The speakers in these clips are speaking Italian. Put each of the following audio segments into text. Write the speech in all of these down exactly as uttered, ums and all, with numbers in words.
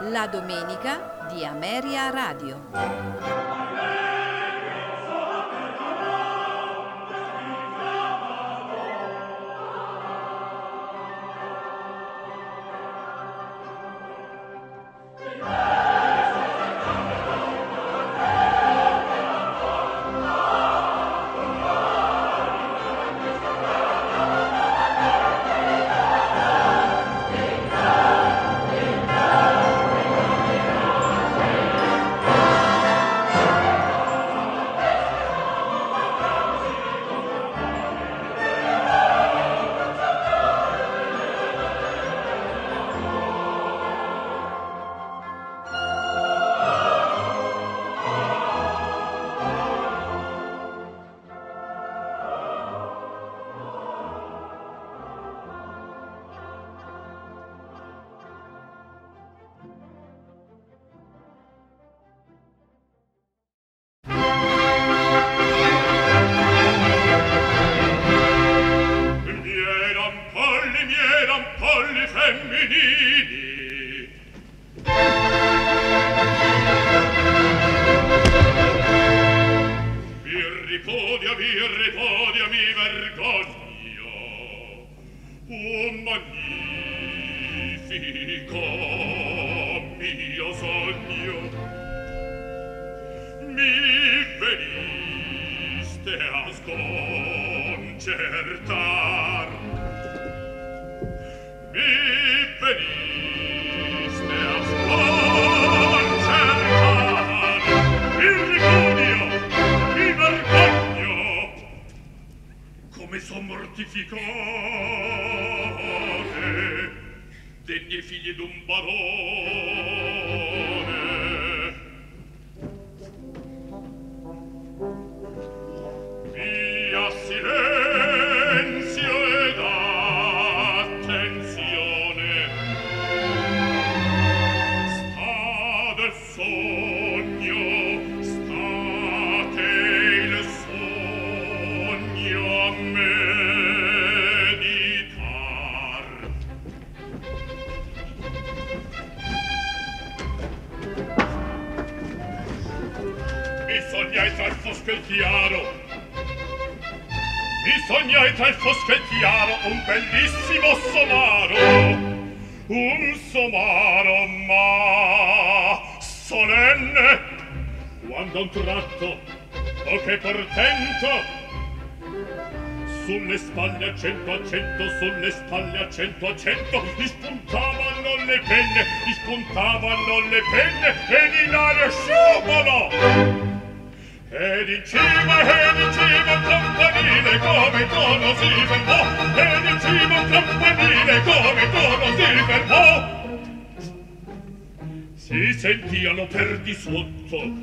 La domenica di Ameria Radio. Cento a cento, sulle spalle a cento a cento, gli spuntavano le penne, gli spuntavano le penne, ed in aria sciupano! Ed in cima, ed in cima un campanile come tono si fermò, ed in cima un campanile come tono si fermò. Si sentivano per di sotto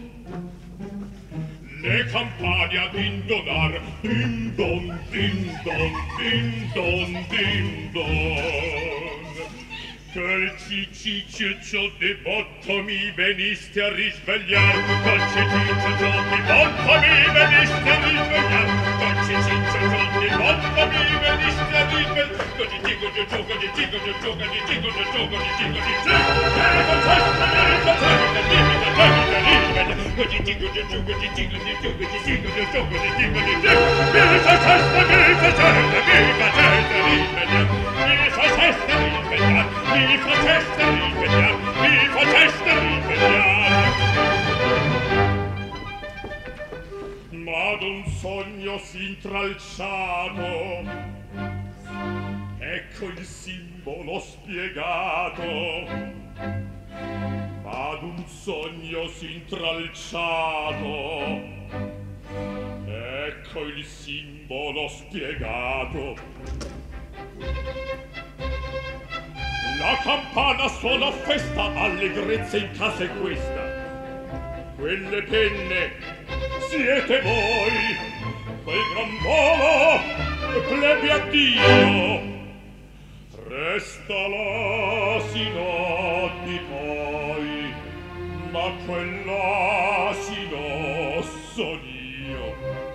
le campane ad indonar, din don, din don, din don, din don. Quel ciciccio di botto mi veniste a risvegliar, quel ciciccio di botto mi veniste a risvegliar, quel ciciccio di botto mi veniste a risvegliar, così dico di giù, così dico di giù, così dico di giù, così dico di giù, e faceste, e faceste, dimmi da te, risvegliar, così dico di giù, così dico di giù, così dico di giù, così dico di giù, mi faceste, mi faceste, mi faceste risvegliar, mi faceste risvegliar, mi faceste risvegliar, mi faceste risvegliar. Ma d'un sogno s'intralciato, ecco il simbolo spiegato. Ma d'un sogno s'intralciato, ecco il simbolo spiegato. La campana suona festa, allegrezza in casa è questa. Quelle penne siete voi, quel gran volo plebe addio. Resta l'asino di poi, ma quell'asino son io.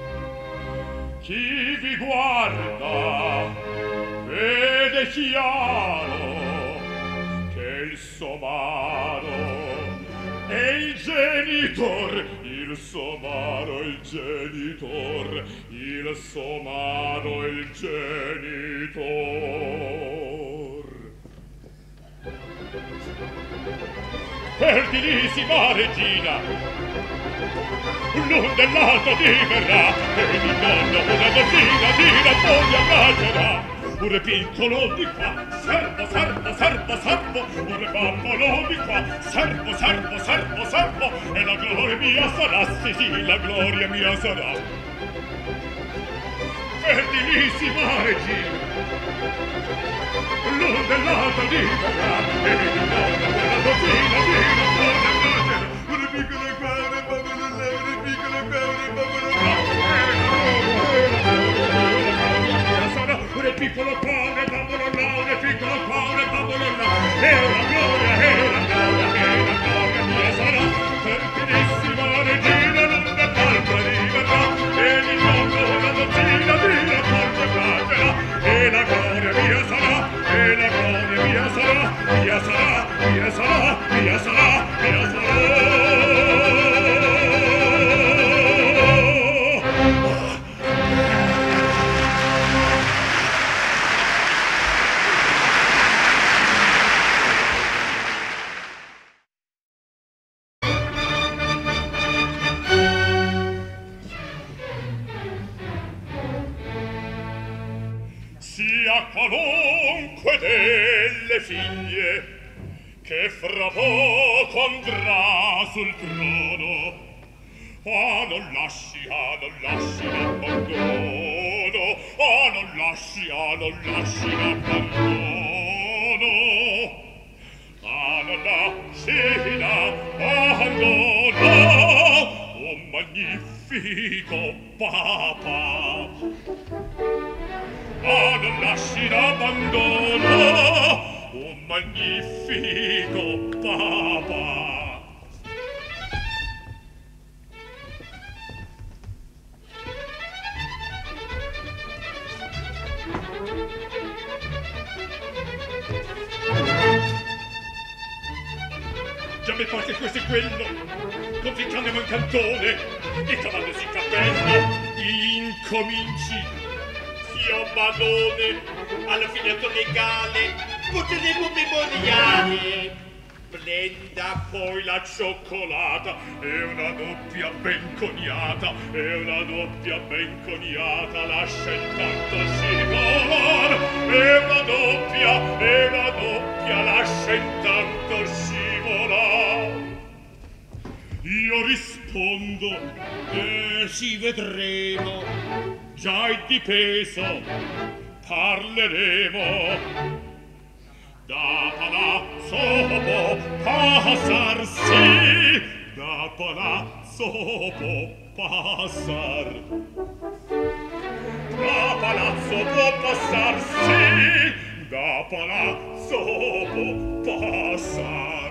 Chi vi guarda vede chiaro che il somaro genitor, il somaro il genitor, il somaro il genitor. Fertilissima regina, l'un dell'altro diverrà, e di donno una dozzina di rapporti abbraccerà. Un piccolo di qua, servo, servo, servo, servo, un bambolo di qua, servo, servo, servo, servo, e la gloria mia sarà, sì, sì, la gloria mia sarà. Fertilissima regina, l'un dell'altro diverrà, e di donno una dozzina di rapporti abbraccerà. Un piccolo cuore, babolo, un piccolo cuore, babolo, un piccolo cuore, babolo, un piccolo cuore, babolo, e la gloria, e la gloria, e la gloria mia sarà. Fertilissima regina, l'un dell'altra diverrà, e di donno una dozzina di rapporti abbraccerà. E la gloria mia sarà, e la gloria mia sarà, mia sarà, mia sarà, mia sarà, mia sarà. Sia qualunque delle figlie che fra poco andrà sul trono, ah non lasci, ah non lasci l'abbandono, ah non lasci, ah non lasci l'abbandono, ah non lasci l'abbandono, oh magnifico papà. Ah, non lasci l'abbandono, un magnifico papà. Già mi pare che questo è quello, conficcandolo in cantone e cavandosi il cappello, incominci. Io Madone, alla fineto legale, potremo memoriale. Prenda poi la cioccolata, è una doppia ben coniata, è una doppia ben coniata, lascia intanto scivolar, è una doppia, è una doppia, lascia intanto scivolar. Io rispondo, eh, ci vedremo, già è dipeso, parleremo. Da palazzo può passar, sì, da palazzo può passar. Da palazzo può passar, sì, da palazzo può passar.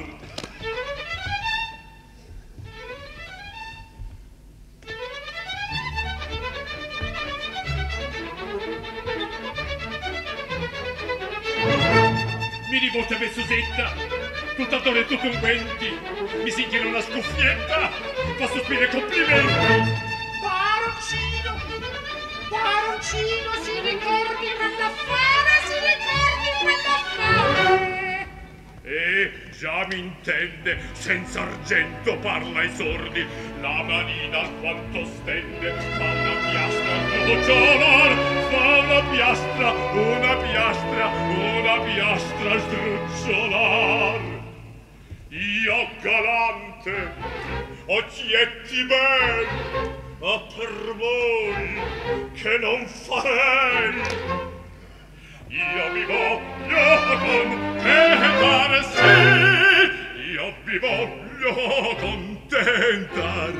Mi rivolta per Susetta, tutta d'oro e tutto unguenti, mi si tiene una scuffietta, fa sospire complimenti. Baroncino, baroncino, si ricordi quell'affare, si ricordi quell'affare. E già mi intende, senza argento parla ai sordi, la manina alquanto stende, fa una piastra sdrucciolar, fa una piastra, una piastra, una piastra sdrucciolar. Io galante, occhietti bel, ma per voi che non farei. Io vi voglio contentar, sì, io vi voglio contentar.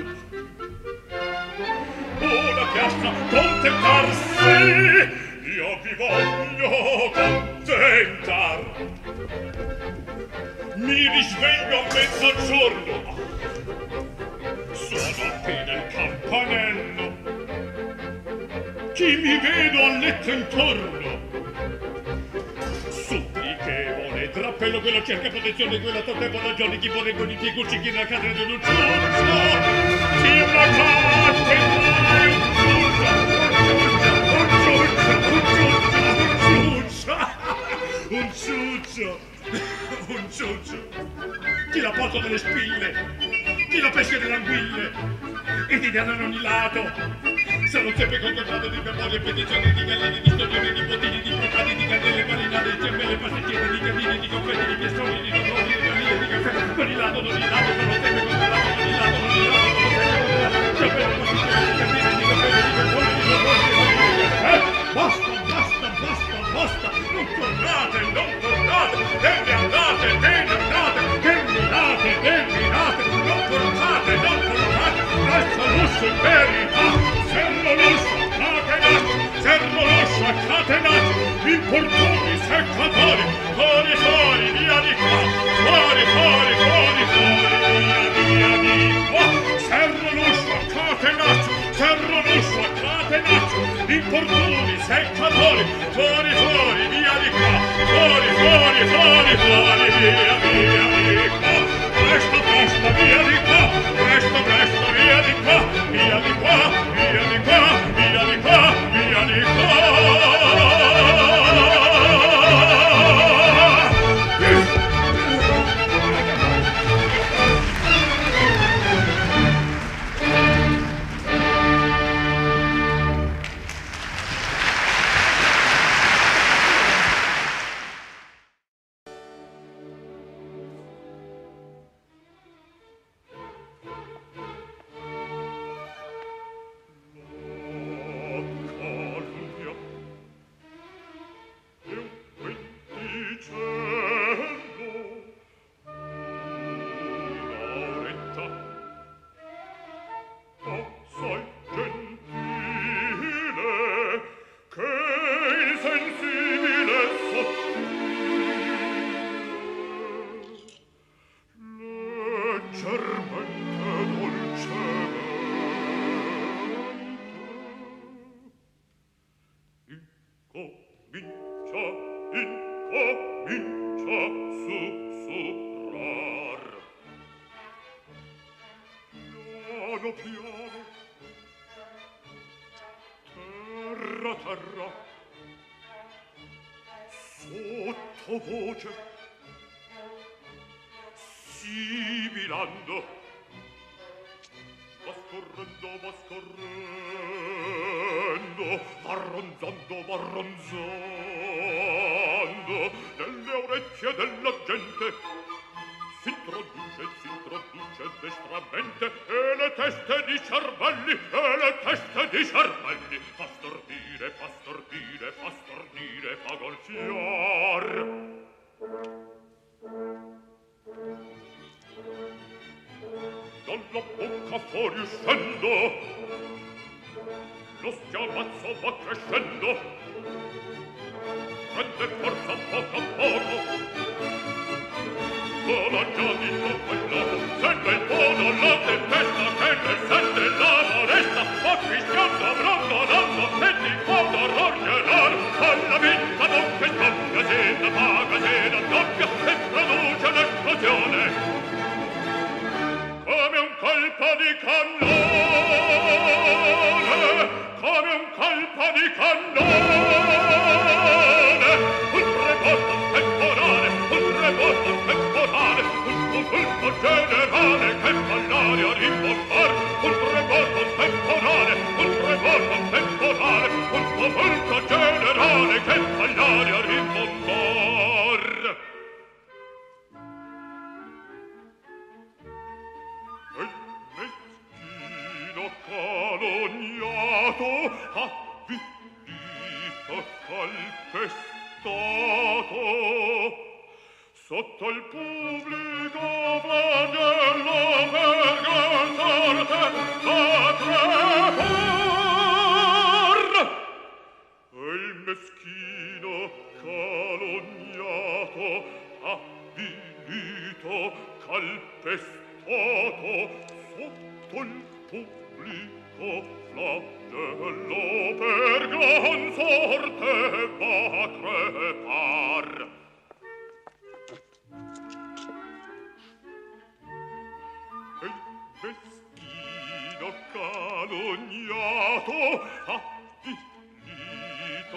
Una piastra contentar, sì, io vi voglio contentar. Mi risveglio a mezzogiorno, suono appena il campanello. Chi mi vedo al letto intorno, supplichevole batte l'appello, quello cerca protezione, quello torneva ragione, chi vuole con i piedi cucci, chi la cadere di un ciuccio. Chi la batte mai un ciuccio, un ciuccio, un ciuccio, un ciuccio, un ciuccio. Chi la porta delle spille, chi la pesca delle anguille, e ti danno in ogni lato. Se non sempre concordato di memoria, petizioni di galline, di storioni, di bottiglie, di brocati, di candele marinate, di cembelle, pasticcine, di candine, di confetti, di piastroni, di dolori, di galline, di caffè, non il lato, non il lato, sono sempre concordato, non il lato, non il lato, sono sempre concordato, cembelle, pasticcine, di candine, di caffè, di piastroni, di dolori, di galline, di caffè. Basta, basta, basta, basta, non tornate, non tornate, ve ne andate, ve ne andate, terminate, terminate, non tornate, non tornate, resta l'usso in verità. Serro l'uscio, catenaccio, serro l'uscio, catenaccio, importuni, seccatori, fuori, fuori, via di qua, fuori, fuori, fuori, fuori, via, via di qua. Serro l'uscio, catenaccio, serro l'uscio, catenaccio, importuni, seccatori, fuori, fuori, via di qua, fuori, fuori, fuori, fuori, via, via di qua. Presto, presto, via di qua, presto, presto, via di qua, via di qua, via di qua, via di qua, via di qua.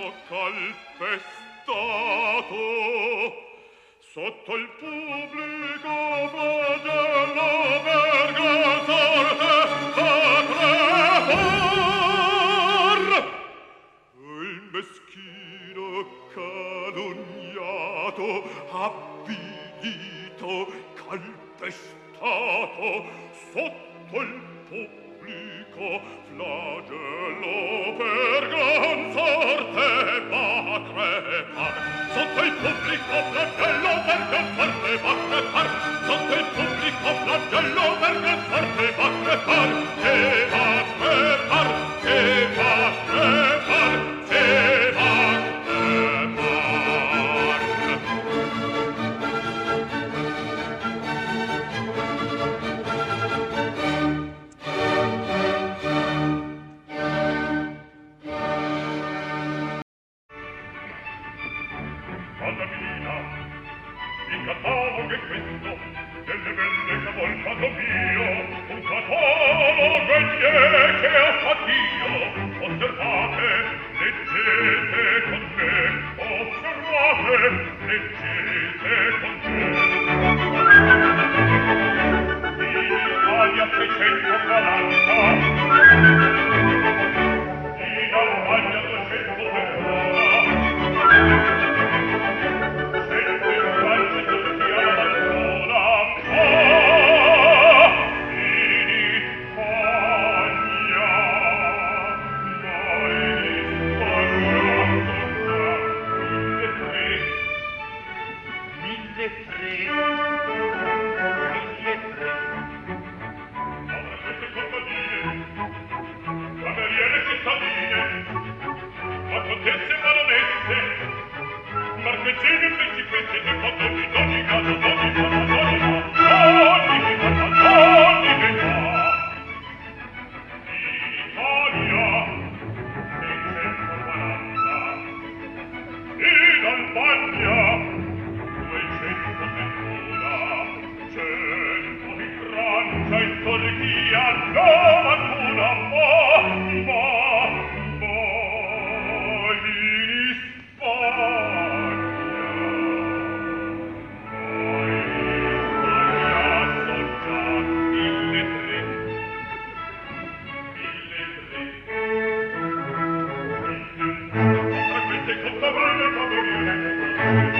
calpestato sotto il pubblico flagello verga sorte a crepar. Il meschino calunniato, avvilito, calpestato sotto il pubblico flagello per gran sorte va a crepar. Sotto il pubblico flagello per gran sorte va a crepar. Sotto il pubblico flagello per gran sorte va a crepar. Che va a crepar, che va a crepar, che va a il catalogo è questo delle belle che ha voltato mio, un catalogo è che ho fatto io. Osservate, leggete con me, osservate, leggete con me. In Italia seicentoquaranta, in Albania duecentotrenta, marchesine, principesse, de fattori, doni, gado, doni, doni, doni, doni, doni, doni, Italia, seicentoquaranta, in Albania, duecentotrenta, cento in Francia, in Turchia, novantuna, ma, ma, ma, in Spagna. Come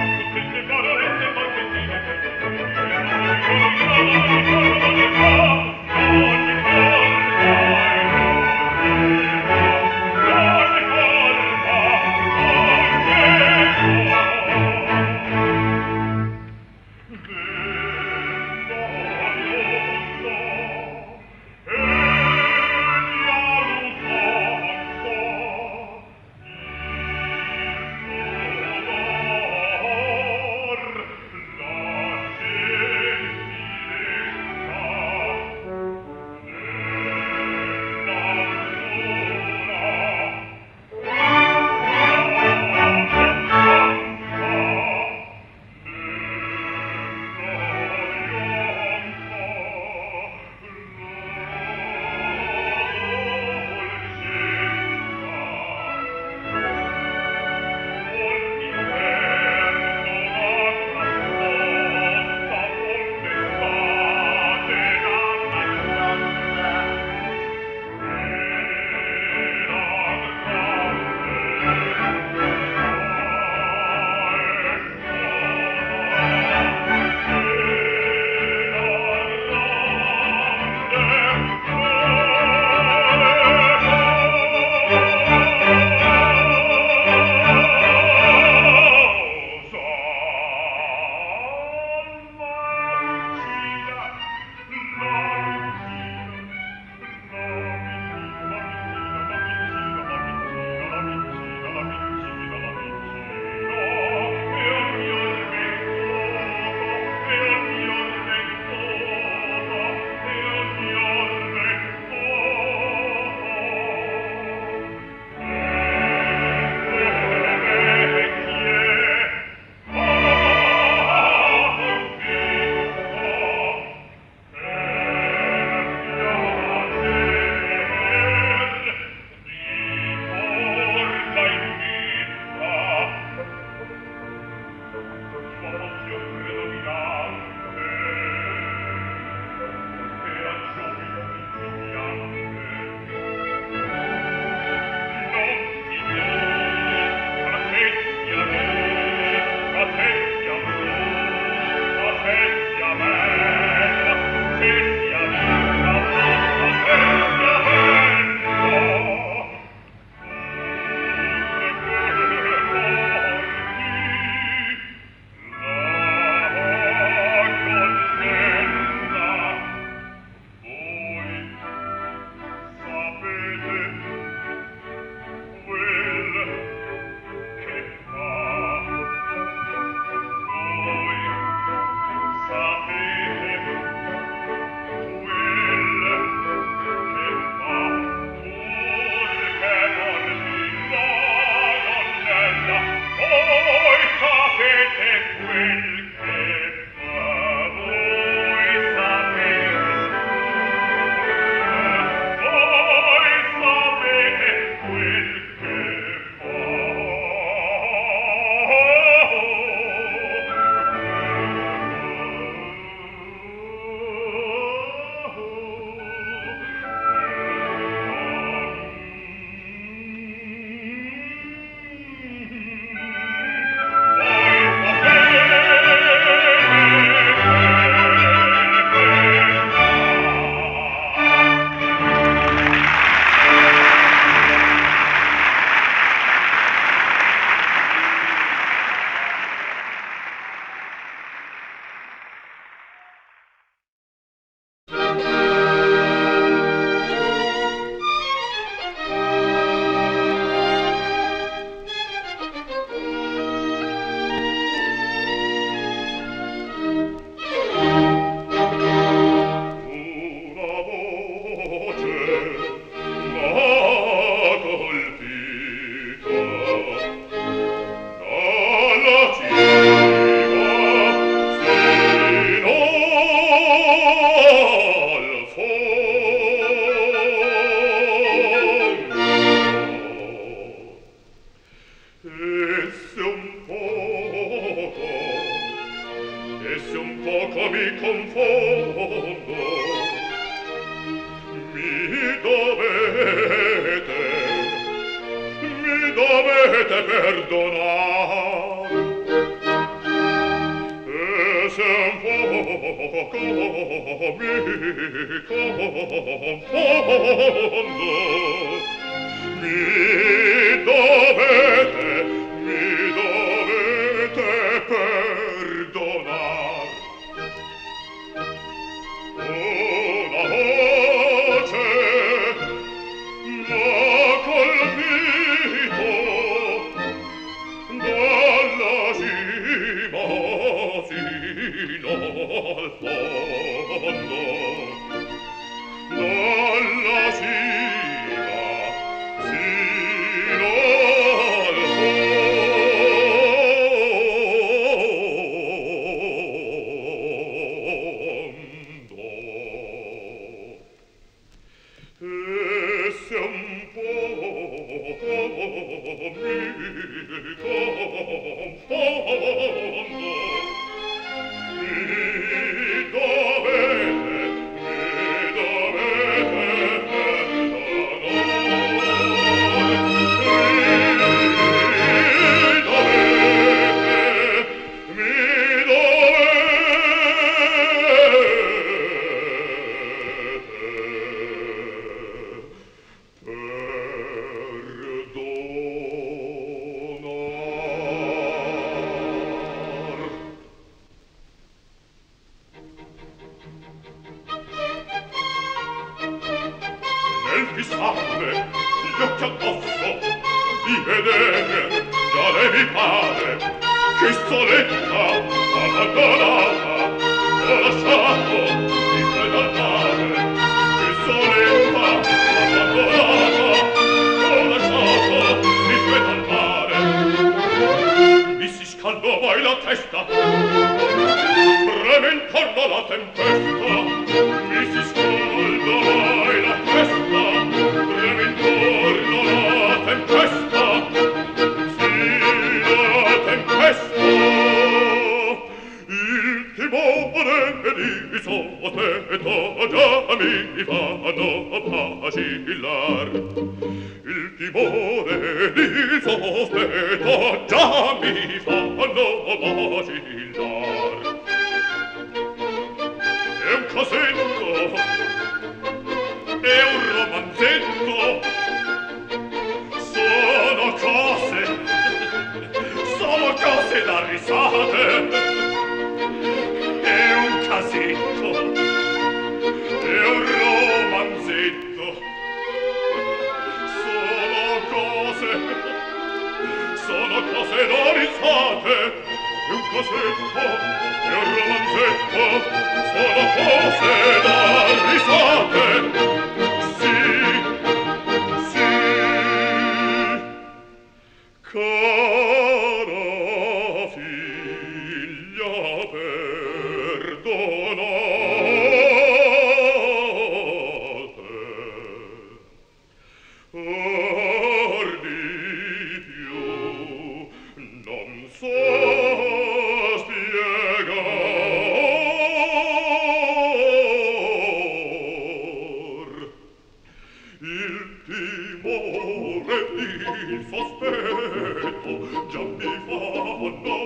Cara figlia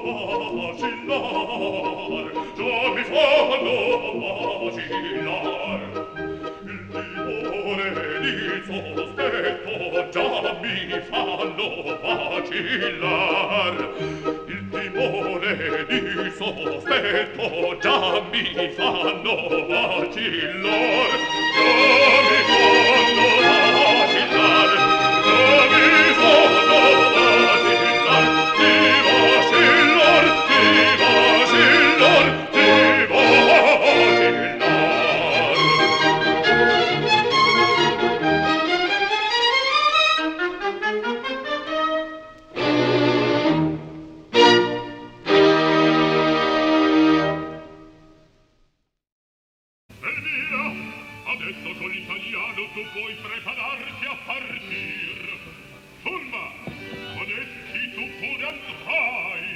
vacillar, già mi fanno vacillar. Il timore di sospetto già mi fanno vacillar. Il timore di sospetto già mi fanno vacillar. Già mi fanno vacillar. Già mi fanno vacillar. Ti vacillar, ti vacillar, ti vacillar. Elvira, adesso con l'italiano tu puoi prepararti a partir. Fulma, con essi tu pure andrai.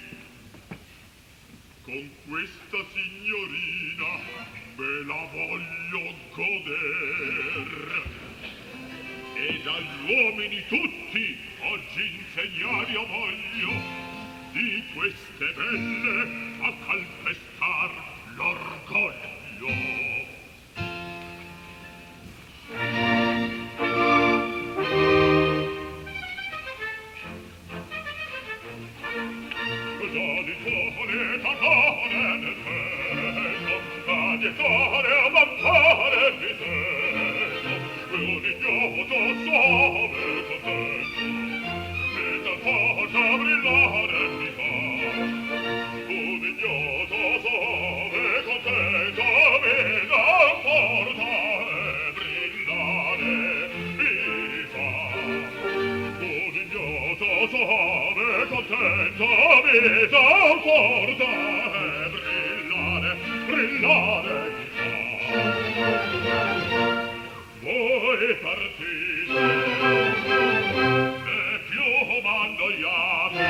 Con questa signorina me la voglio goder. E dagli uomini tutti oggi insegnare io voglio di queste belle a calpestar l'orgoglio. Già di sole tatane nel petto, già di sole vampare mi sento, un ignoto suave contento, mi dà forza brillare mi fa. Un ignoto suave contento, mi dà forza brillare mi fa. Un ignoto suave contento, mi dà forza brillare, brillare mi fa. Voi partite e più m'annoiate.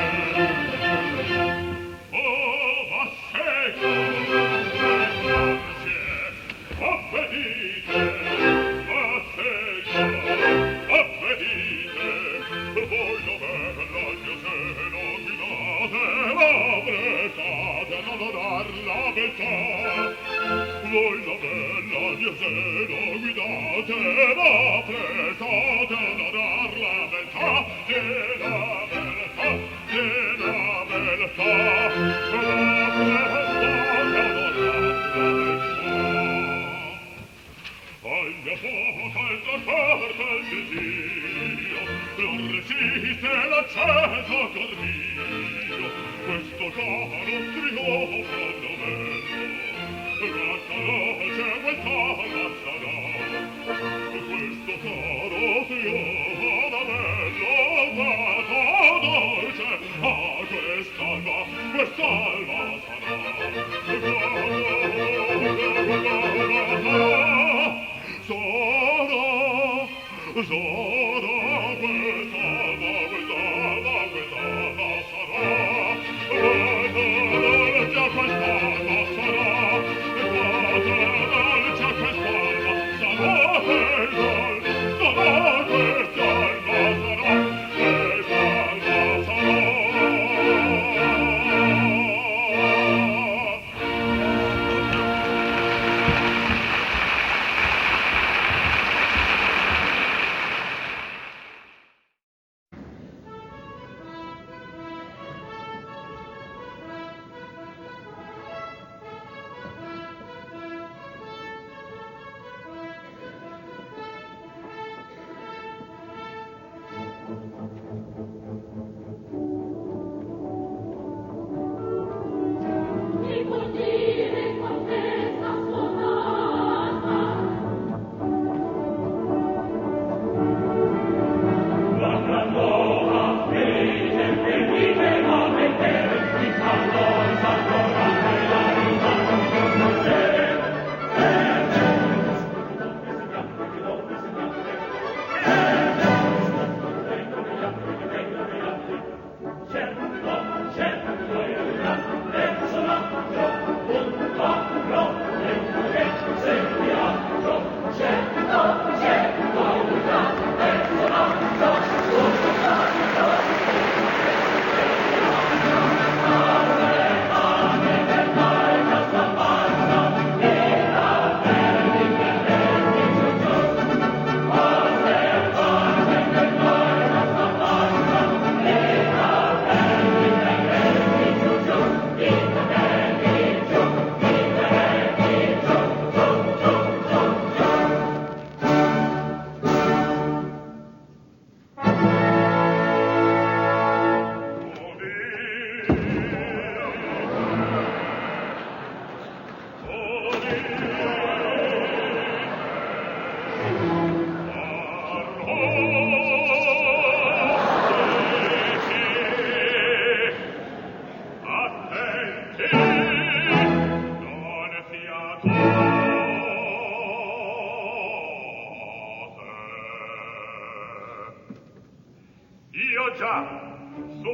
Oh, va secco e ansie, obbedite, va secco, obbedite. Voi dov'è la mia seno guidate, ma prestate ad adorar la beltà. Voi la bella mia seno guidate, ma prestate ad adorar la beltà, e la beltà, e la beltà, ma prestate ad adorar la beltà. Aglia poca il trasporta il desiderio, non resiste l'acceso cor mio, questo caro trionfo novello, gratta dolce questa sarà, questo caro trionfo novello, gratta dolce a quest'alba, quest'alba sarà, gratta sarà, sarà quest'alba, quest'alba, quest'alba sarà, sarà.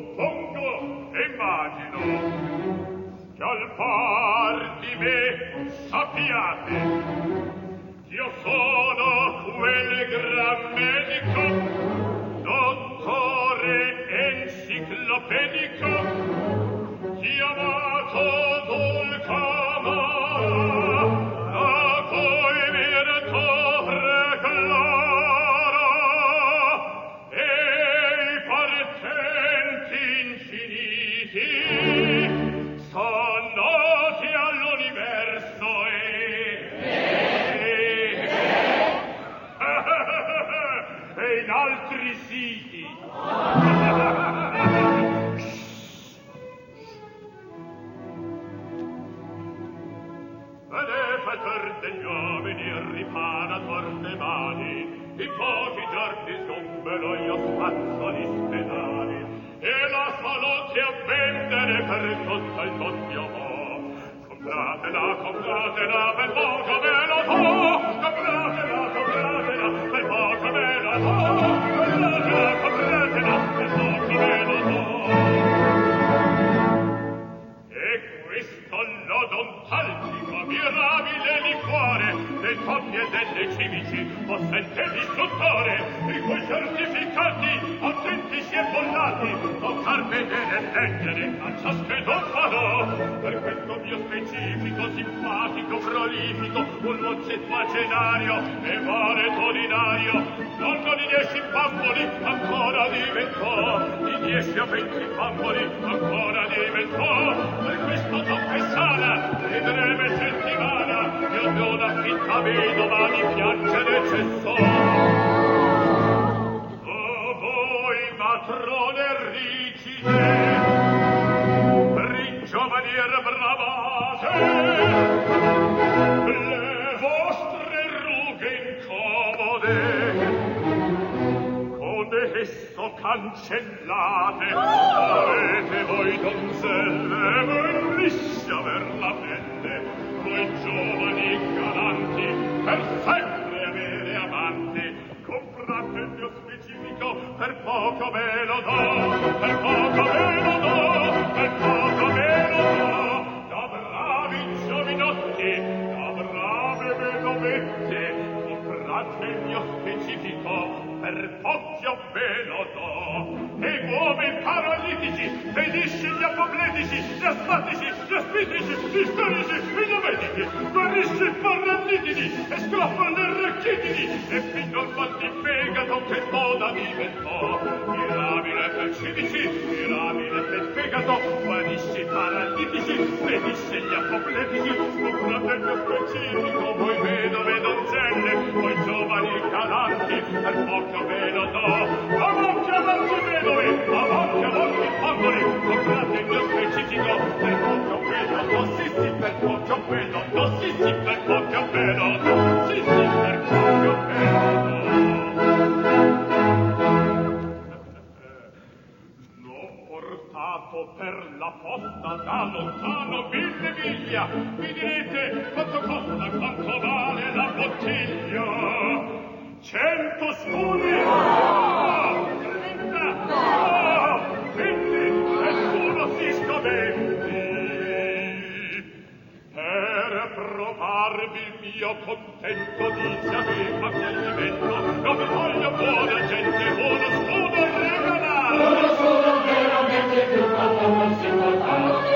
suppongo e immagino che al par di me sappiate io sono quel gran medico, dottore enciclopedico, chiamato Dulcamara, a cui virtù preclara, e i partenti infiniti son noti all'universo e... e... e in altri siti. Per degli uomini riparator de mani, in pochi giorni sgombero io spazzo di spedali, e la salute a vendere per tutto il mondo vo. Compratela, compratela, per poco ve lo so, compratela, compratela, per poco ve lo so, compratela, compratela, per poco ve lo so. E questo l'odontalgico mirabile liquore del coppie e delle cimici possente l'istruttore, i cui certificati autentici e bollati possar vedere e leggere a ciaschedo farò. Per questo mio specifico, simpatico, prolifico, un mozzettuagenario e valetudinario, non di dieci bamboli ancora diventò, di dieci a venti bamboli ancora diventò. Per questo tocca e sana e breve settimana io non affitta vedova di piangere cessò. O voi matrone rigide, ringiovanier bravate, le vostre rughe incomode con esso cancellate, avete voi donzelle bellissime aver la pelle, voi giovani galanti per sempre avere amanti. Comprate il mio specifico, per poco ve lo do, per poco ve lo do, per poco ve lo do, da bravi giovinotti, da brave vedovette. Comprate il mio specifico, per poco ve lo do. E uomini paralitici, felici gli apopletici, gli astmatici, gli aspitici, gli storici, i nomedici, guarisci paralitidi, e scroppano le racchitidi, e fino al mal di fegato che moda diventò. Mirabile per civici, mirabile per fegato, guarisci paralitici, felici gli apopletici. Comprate il mio specifico, voi vedove donzelle, voi giovani galanti, per poco ve lo do. A occhio avanti vedovi, a occhio avanti bamboli, comprate il mio specifico, per poco ve lo do, sì sì, per poco ve lo do, sì sì, per poco ve lo do, sì sì, per poco ve lo do. L'ho portato per la posta da lontano mille miglia, mi direte quanto costa, quanto vale la bottiglia? Cento scudi? No! Trenta? No! Quindi nessuno si scommetti. Per provarvi il mio contento dice a me accoglimento, non vi voglio buona gente, uno scudo regalare. Uno scudo veramente più fatto non si può fare.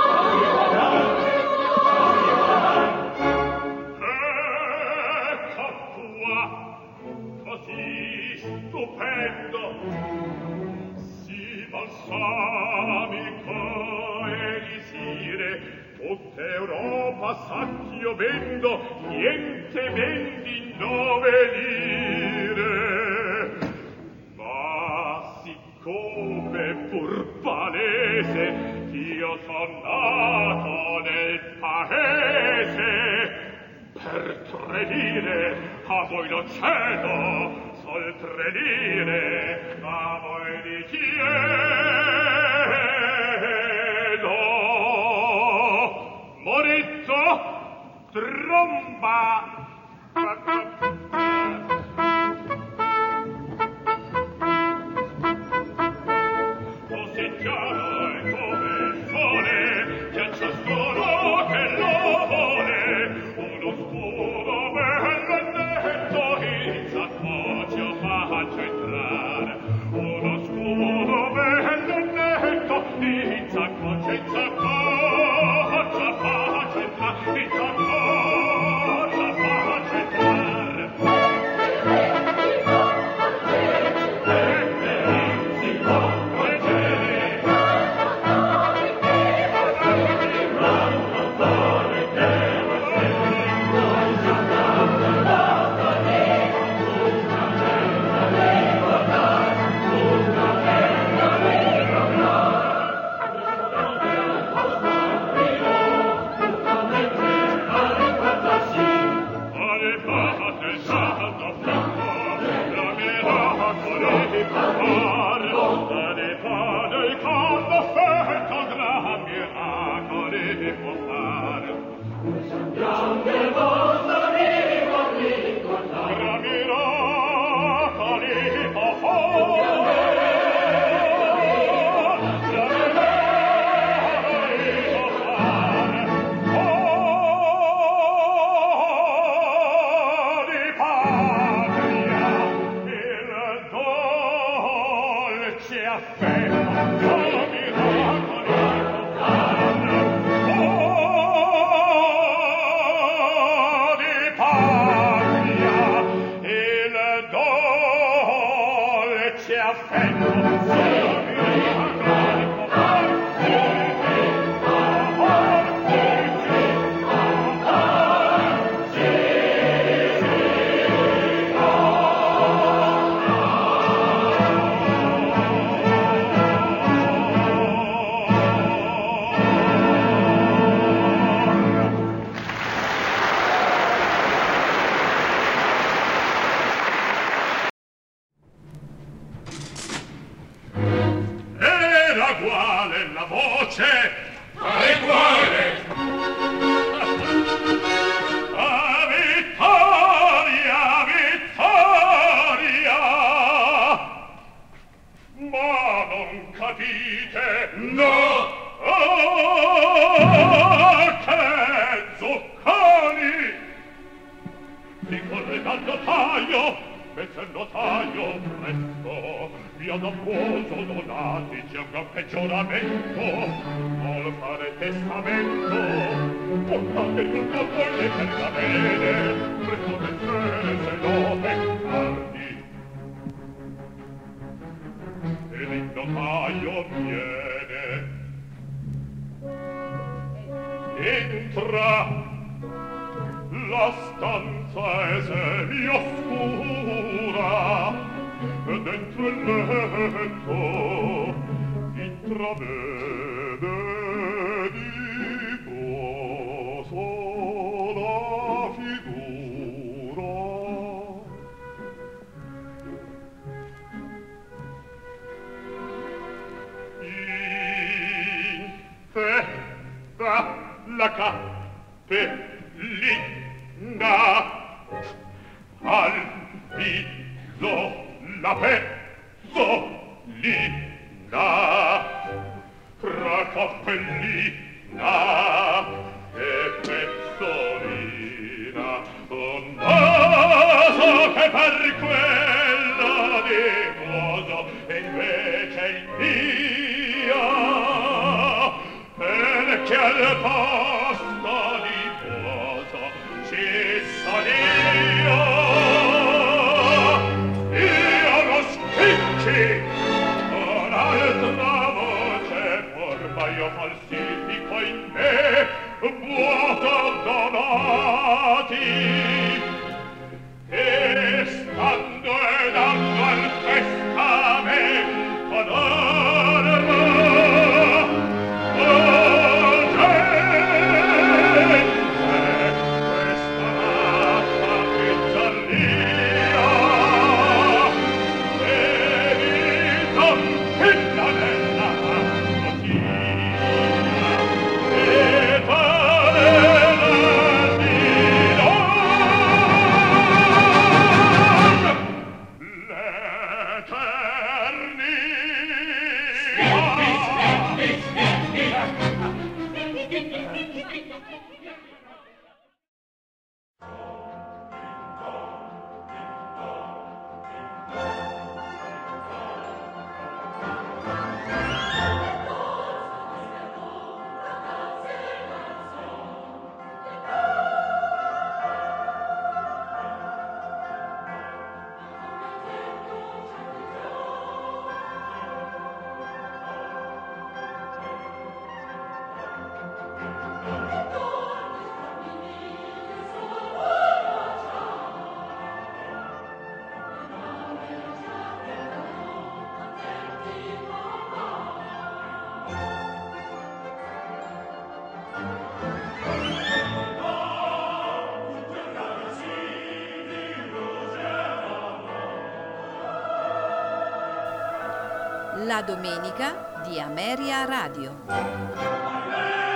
Così stupendo, sì balsamico elisire, tutta Europa sa ch'io vendo, niente vendi nove lire. Ma siccome pur palese io son nato nel paese, per tre lire a voi lo cedo, sol tre lire a voi li chiedo. Moritto, tromba. Così La domenica di Ameria Radio.